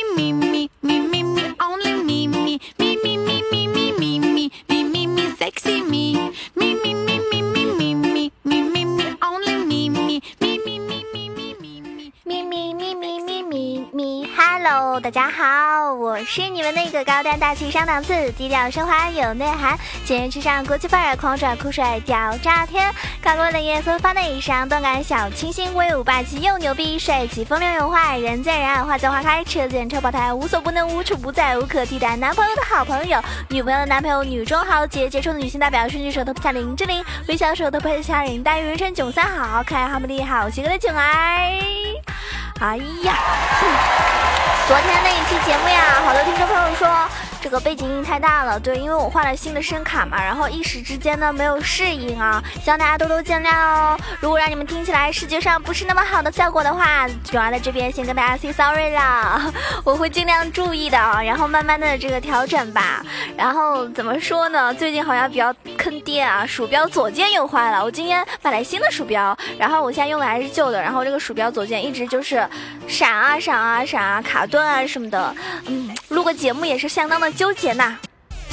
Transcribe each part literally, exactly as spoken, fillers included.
me, me, me, me, me, only me, me, me, me, me, me, me, me, me, me, me, me, sexy me, me, me, me, me, me, me, me, me, me, me, only me, me, me, me, me, me, me, me, me， 咪咪咪咪咪咪咪 ，Hello， 大家好，我是你们那个高端大气上档次、低调奢华有内涵、今日时尚国际范儿、狂拽酷帅屌炸天、高贵冷艳风发内伤、动感小清新、威武霸气又牛逼、帅气风流有坏、人见人爱、花见花开、车见车爆胎、无所不能、无处不在、无可替代。男朋友的好朋友、女朋友的男朋友、女中豪杰、杰出的女性代表、顺举手头不下林志玲、微笑手头不下林黛玉、人称囧三好、可爱好美丽好邪恶的囧儿。哎呀，昨天那一期节目呀，好多听众朋友说这个背景音太大了，对，因为我换了新的声卡嘛，然后一时之间呢没有适应啊，希望大家多多见谅哦。如果让你们听起来视觉上不是那么好的效果的话，囧儿在这边先跟大家 say sorry 啦，我会尽量注意的，然后慢慢的这个调整吧。然后怎么说呢，最近好像比较坑爹啊，鼠标左键又坏了，我今天买了新的鼠标，然后我现在用的还是旧的，然后这个鼠标左键一直就是闪啊闪啊闪啊卡顿啊什么的，嗯，录个节目也是相当的纠结呐。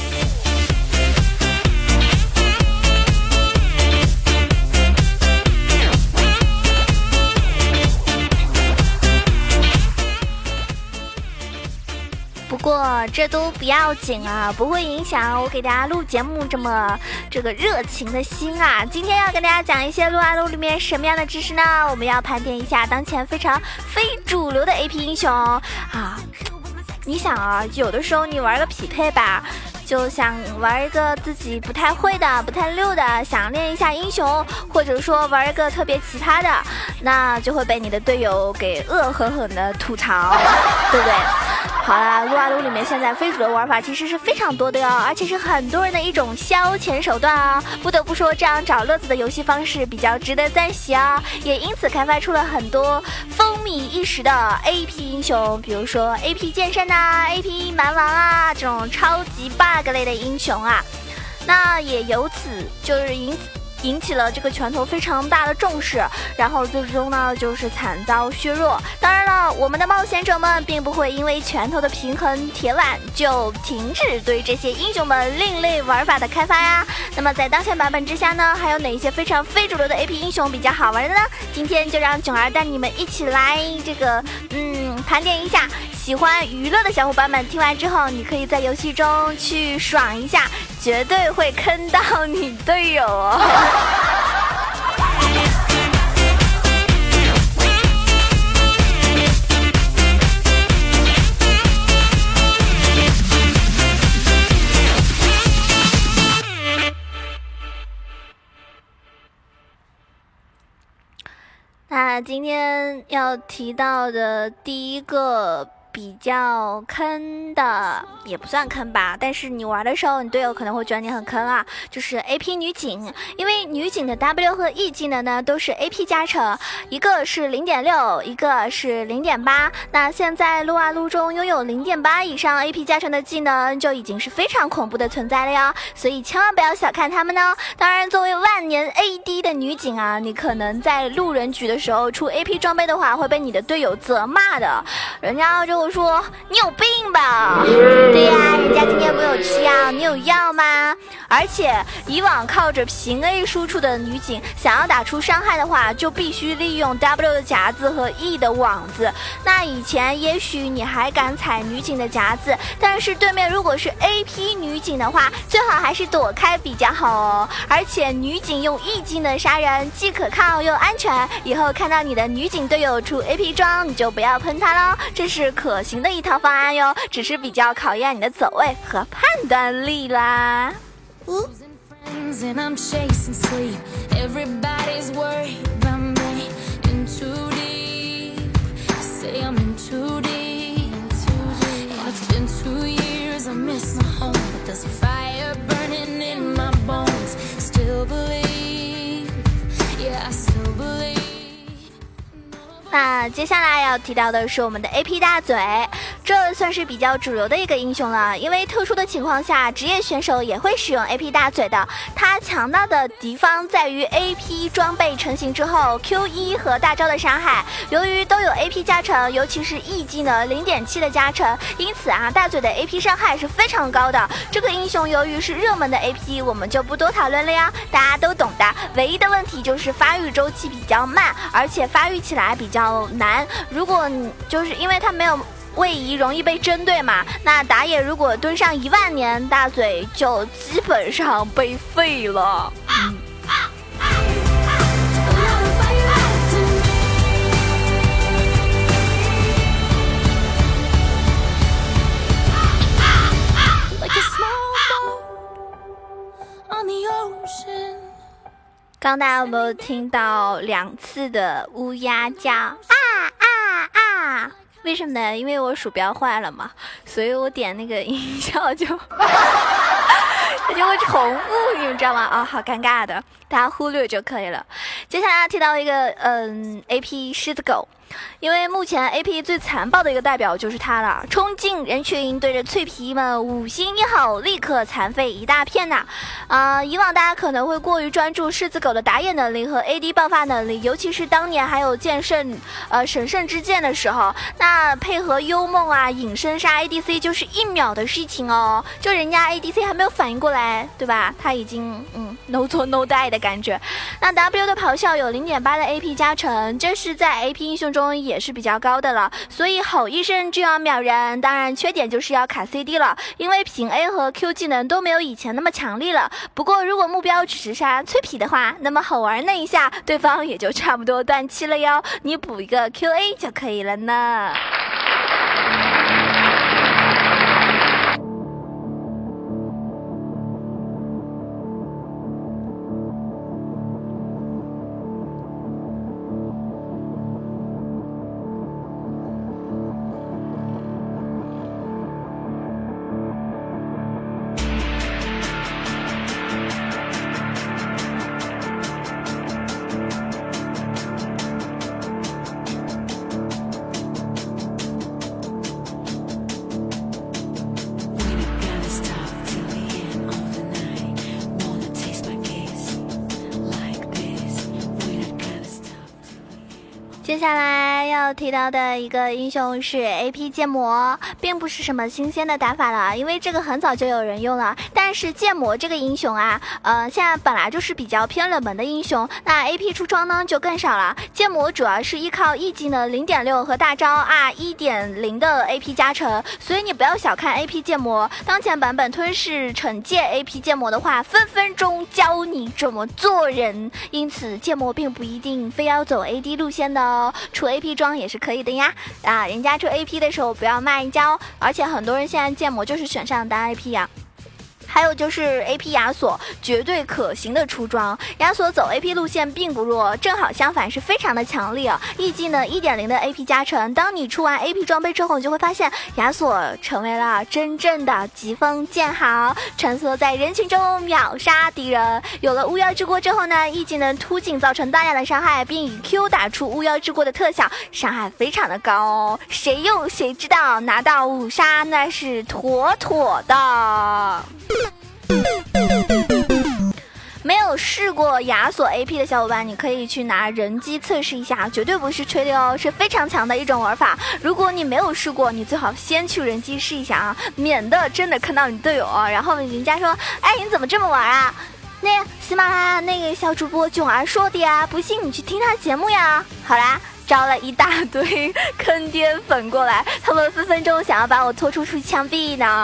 不过这都不要紧啊，不会影响我给大家录节目这么这个热情的心啊。今天要跟大家讲一些撸啊撸里面什么样的知识呢？我们要盘点一下当前非常非主流的 A P 英雄啊。你想啊，有的时候你玩个匹配吧，就想玩一个自己不太会的、不太溜的，想练一下英雄，或者说玩一个特别奇葩的，那就会被你的队友给恶狠狠的吐槽，对不对？好啦，撸啊撸里面现在非主流玩法其实是非常多的哟，而且是很多人的一种消遣手段啊。不得不说，这样找乐子的游戏方式比较值得赞许啊，也因此开发出了很多风靡一时的 A P 英雄，比如说 A P 剑圣啊、A P 蛮王啊这种超级 bug 类的英雄啊。那也由此就是因此引起了这个拳头非常大的重视，然后最终呢就是惨遭削弱。当然了，我们的冒险者们并不会因为拳头的平衡铁腕就停止对这些英雄们另类玩法的开发呀。那么在当前版本之下呢，还有哪些非常非主流的 A P 英雄比较好玩的呢？今天就让囧儿带你们一起来这个嗯盘点一下。喜欢娱乐的小伙伴们听完之后，你可以在游戏中去爽一下，绝对会坑到你队友哦。那今天要提到的第一个比较坑的，也不算坑吧，但是你玩的时候你队友可能会觉得你很坑啊，就是 A P 女警。因为女警的 W 和 E 技能呢都是 A P 加成，一个是 零点六， 一个是 零点八。 那现在撸啊撸中拥有 零点八 以上 A P 加成的技能就已经是非常恐怖的存在了哟，所以千万不要小看他们呢。当然作为万年 A D 的女警啊，你可能在路人局的时候出 A P 装备的话会被你的队友责骂的，人家就说你有病吧，对呀、啊，人家今天不有吃药，你有药吗？而且以往靠着平 A 输出的女警想要打出伤害的话，就必须利用 W 的夹子和 E 的网子。那以前也许你还敢踩女警的夹子，但是对面如果是 A P 女警的话，最好还是躲开比较好哦。而且女警用 E 技能杀人既可靠又安全，以后看到你的女警队友出 A P 装，你就不要喷他喽，这是可行的一套方案哟，只是比较考验你的走位和判断力啦。嗯那接下来要提到的是我们的 A P 大嘴。 这算是比较主流的一个英雄了。因为特殊的情况下，职业选手也会使用 A P 大嘴的。它强大的地方在于 A P 装备成型之后 Q 一 和大招的伤害，由于都有 A P 加成，尤其是 E 技能 零点七 的加成，因此啊，大嘴的 A P 伤害是非常高的。这个英雄由于是热门的 A P， 我们就不多讨论了呀，大家都懂的。唯一的问题就是发育周期比较慢，而且发育起来比较难。如果你就是因为它没有位移，容易被针对嘛，那打野如果蹲上一万年，大嘴就基本上被废了。嗯刚大家有没有听到两次的乌鸦叫啊啊啊？为什么呢？因为我鼠标坏了嘛，所以我点那个音效就它就会重复，你们知道吗？啊、哦，好尴尬的，大家忽略就可以了。接下来提到一个嗯 A P 狮子狗。因为目前 A P 最残暴的一个代表就是它了，冲进人群，对着脆皮们五星一吼，立刻残废一大片呐！啊、呃，以往大家可能会过于专注狮子狗的打野能力和 A D 爆发能力，尤其是当年还有剑圣呃神圣之剑的时候，那配合幽梦啊隐身杀 A D C 就是一秒的事情哦，就人家 A D C 还没有反应过来，对吧？他已经嗯 no 做 no die 的感觉。那 W 的咆哮有 零点八 的 A P 加成，这是在 A P 英雄中也是比较高的了，所以吼一声就要秒人。当然缺点就是要卡 C D 了，因为平 A 和 Q 技能都没有以前那么强力了。不过如果目标只是杀脆皮的话，那么吼玩那一下对方也就差不多断气了哟，你补一个 Q A 就可以了呢。接下来要提到的一个英雄是 A P 剑魔，并不是什么新鲜的打法了，因为这个很早就有人用了。但是剑魔这个英雄啊，呃，现在本来就是比较偏冷门的英雄，那 A P 出装呢就更少了。剑魔主要是依靠 E 技能 零点六 和大招 R 一点零 的 A P 加成，所以你不要小看 A P 剑魔。当前版本吞噬惩戒 A P 剑魔的话，分分钟教你怎么做人，因此剑魔并不一定非要走 A D 路线的哦。出 A P 装也是可以的呀，啊，人家出 A P 的时候不要卖娇，而且很多人现在剑魔就是选上当 A P 呀。还有就是 A P 亚索绝对可行的出装，亚索走 A P 路线并不弱，正好相反是非常的强力啊！ E 技能 一点零 的 A P 加成，当你出完 A P 装备之后，你就会发现亚索成为了真正的疾风剑豪，穿梭在人群中秒杀敌人。有了巫妖之锅之后呢， E 技能突进造成大量的伤害，并以 Q 打出巫妖之锅的特效，伤害非常的高哦，谁用谁知道，拿到五杀那是妥妥的。没有试过亚索 A P 的小伙伴，你可以去拿人机测试一下，绝对不是吹的哦，是非常强的一种玩法。如果你没有试过，你最好先去人机试一下啊，免得真的坑到你队友啊，然后人家说，哎，你怎么这么玩啊？那喜马拉雅那个小主播囧儿说的呀，不信你去听他节目呀。好啦，招了一大堆坑爹粉过来，他们分分钟想要把我拖出去枪毙呢。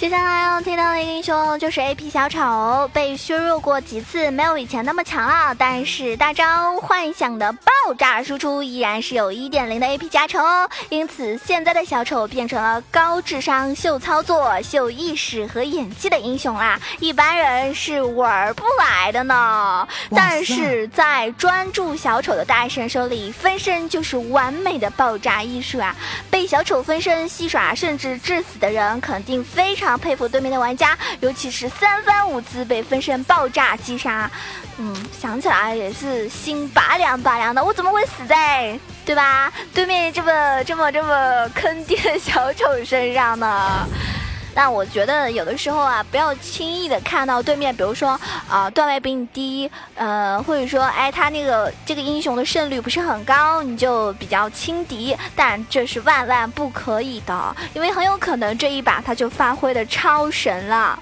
接下来要提到的一个英雄就是 A P 小丑，被削弱过几次，没有以前那么强了，但是大招幻想的爆炸输出依然是有 一点零 的 A P 加成哦。因此现在的小丑变成了高智商、秀操作、秀意识和演技的英雄啦，一般人是玩不来的呢。但是在专注小丑的大神手里，分身就是完美的爆炸艺术啊！被小丑分身戏耍甚至致死的人，肯定非常佩服对面的玩家，尤其是三番五次被分身爆炸击杀，嗯，想起来也是心拔凉拔凉的。我怎么会死在，对吧？对面这么这么这么坑爹的小丑身上呢？但我觉得有的时候啊，不要轻易的看到对面，比如说啊、呃、段位比你低，呃，或者说哎他那个这个英雄的胜率不是很高，你就比较轻敌，但这是万万不可以的，因为很有可能这一把他就发挥的超神了。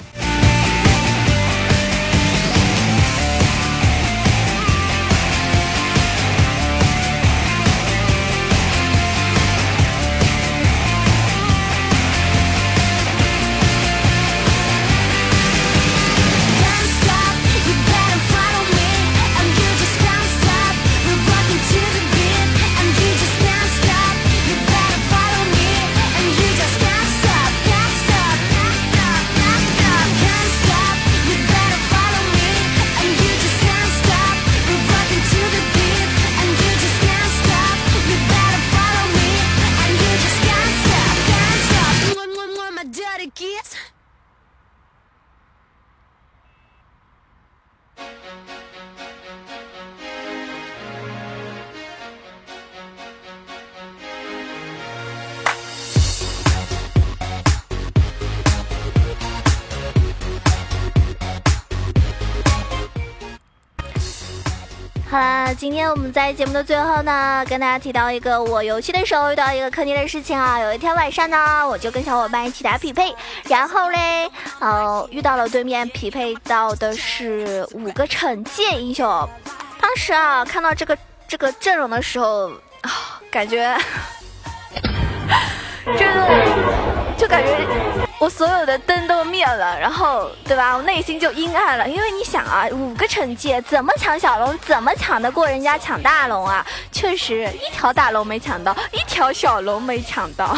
好了，今天我们在节目的最后呢，跟大家提到一个我游戏的时候遇到一个坑爹的事情啊。有一天晚上呢，我就跟小伙伴一起打匹配，然后嘞，呃，遇到了对面匹配到的是五个惩戒英雄。当时啊，看到这个这个阵容的时候啊，感觉这个就感觉我所有的灯都灭了，然后对吧，我内心就阴暗了。因为你想啊，五个惩戒怎么抢小龙，怎么抢得过人家抢大龙啊？确实一条大龙没抢到，一条小龙没抢到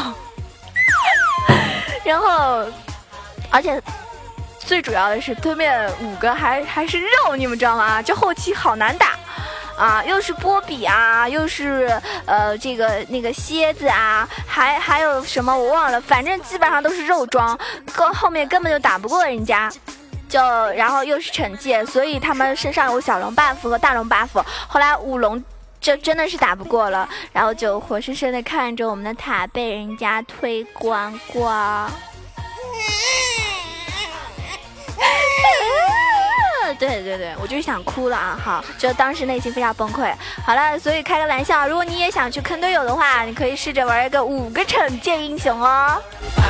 然后而且最主要的是对面五个还还是肉，你们知道吗？这后期好难打啊，又是波比啊，又是呃这个那个蝎子啊，还还有什么我忘了，反正基本上都是肉装，跟后面根本就打不过人家，就然后又是惩戒，所以他们身上有小龙 buff 和大龙 buff， 后来五龙这真的是打不过了，然后就活生生的看着我们的塔被人家推光光。对对对，我就是想哭了啊！好，就当时内心非常崩溃。好了，所以开个玩笑，如果你也想去坑队友的话，你可以试着玩一个五个惩戒英雄哦。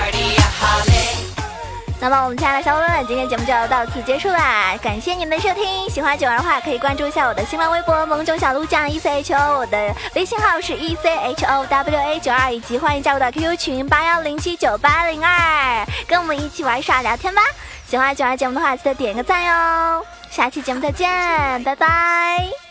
那么我们亲爱的小伙伴们，今天节目就要到此结束啦，感谢你们的收听。喜欢九儿的话，可以关注一下我的新浪微博萌囧小鹿酱 E C H O， 我的微信号是 E C H O W A 九二，以及欢迎加入到 Q Q 群八幺零七九八零二，跟我们一起玩耍聊天吧。喜欢九儿节目的话，记得点个赞哟。下期节目再见，拜拜。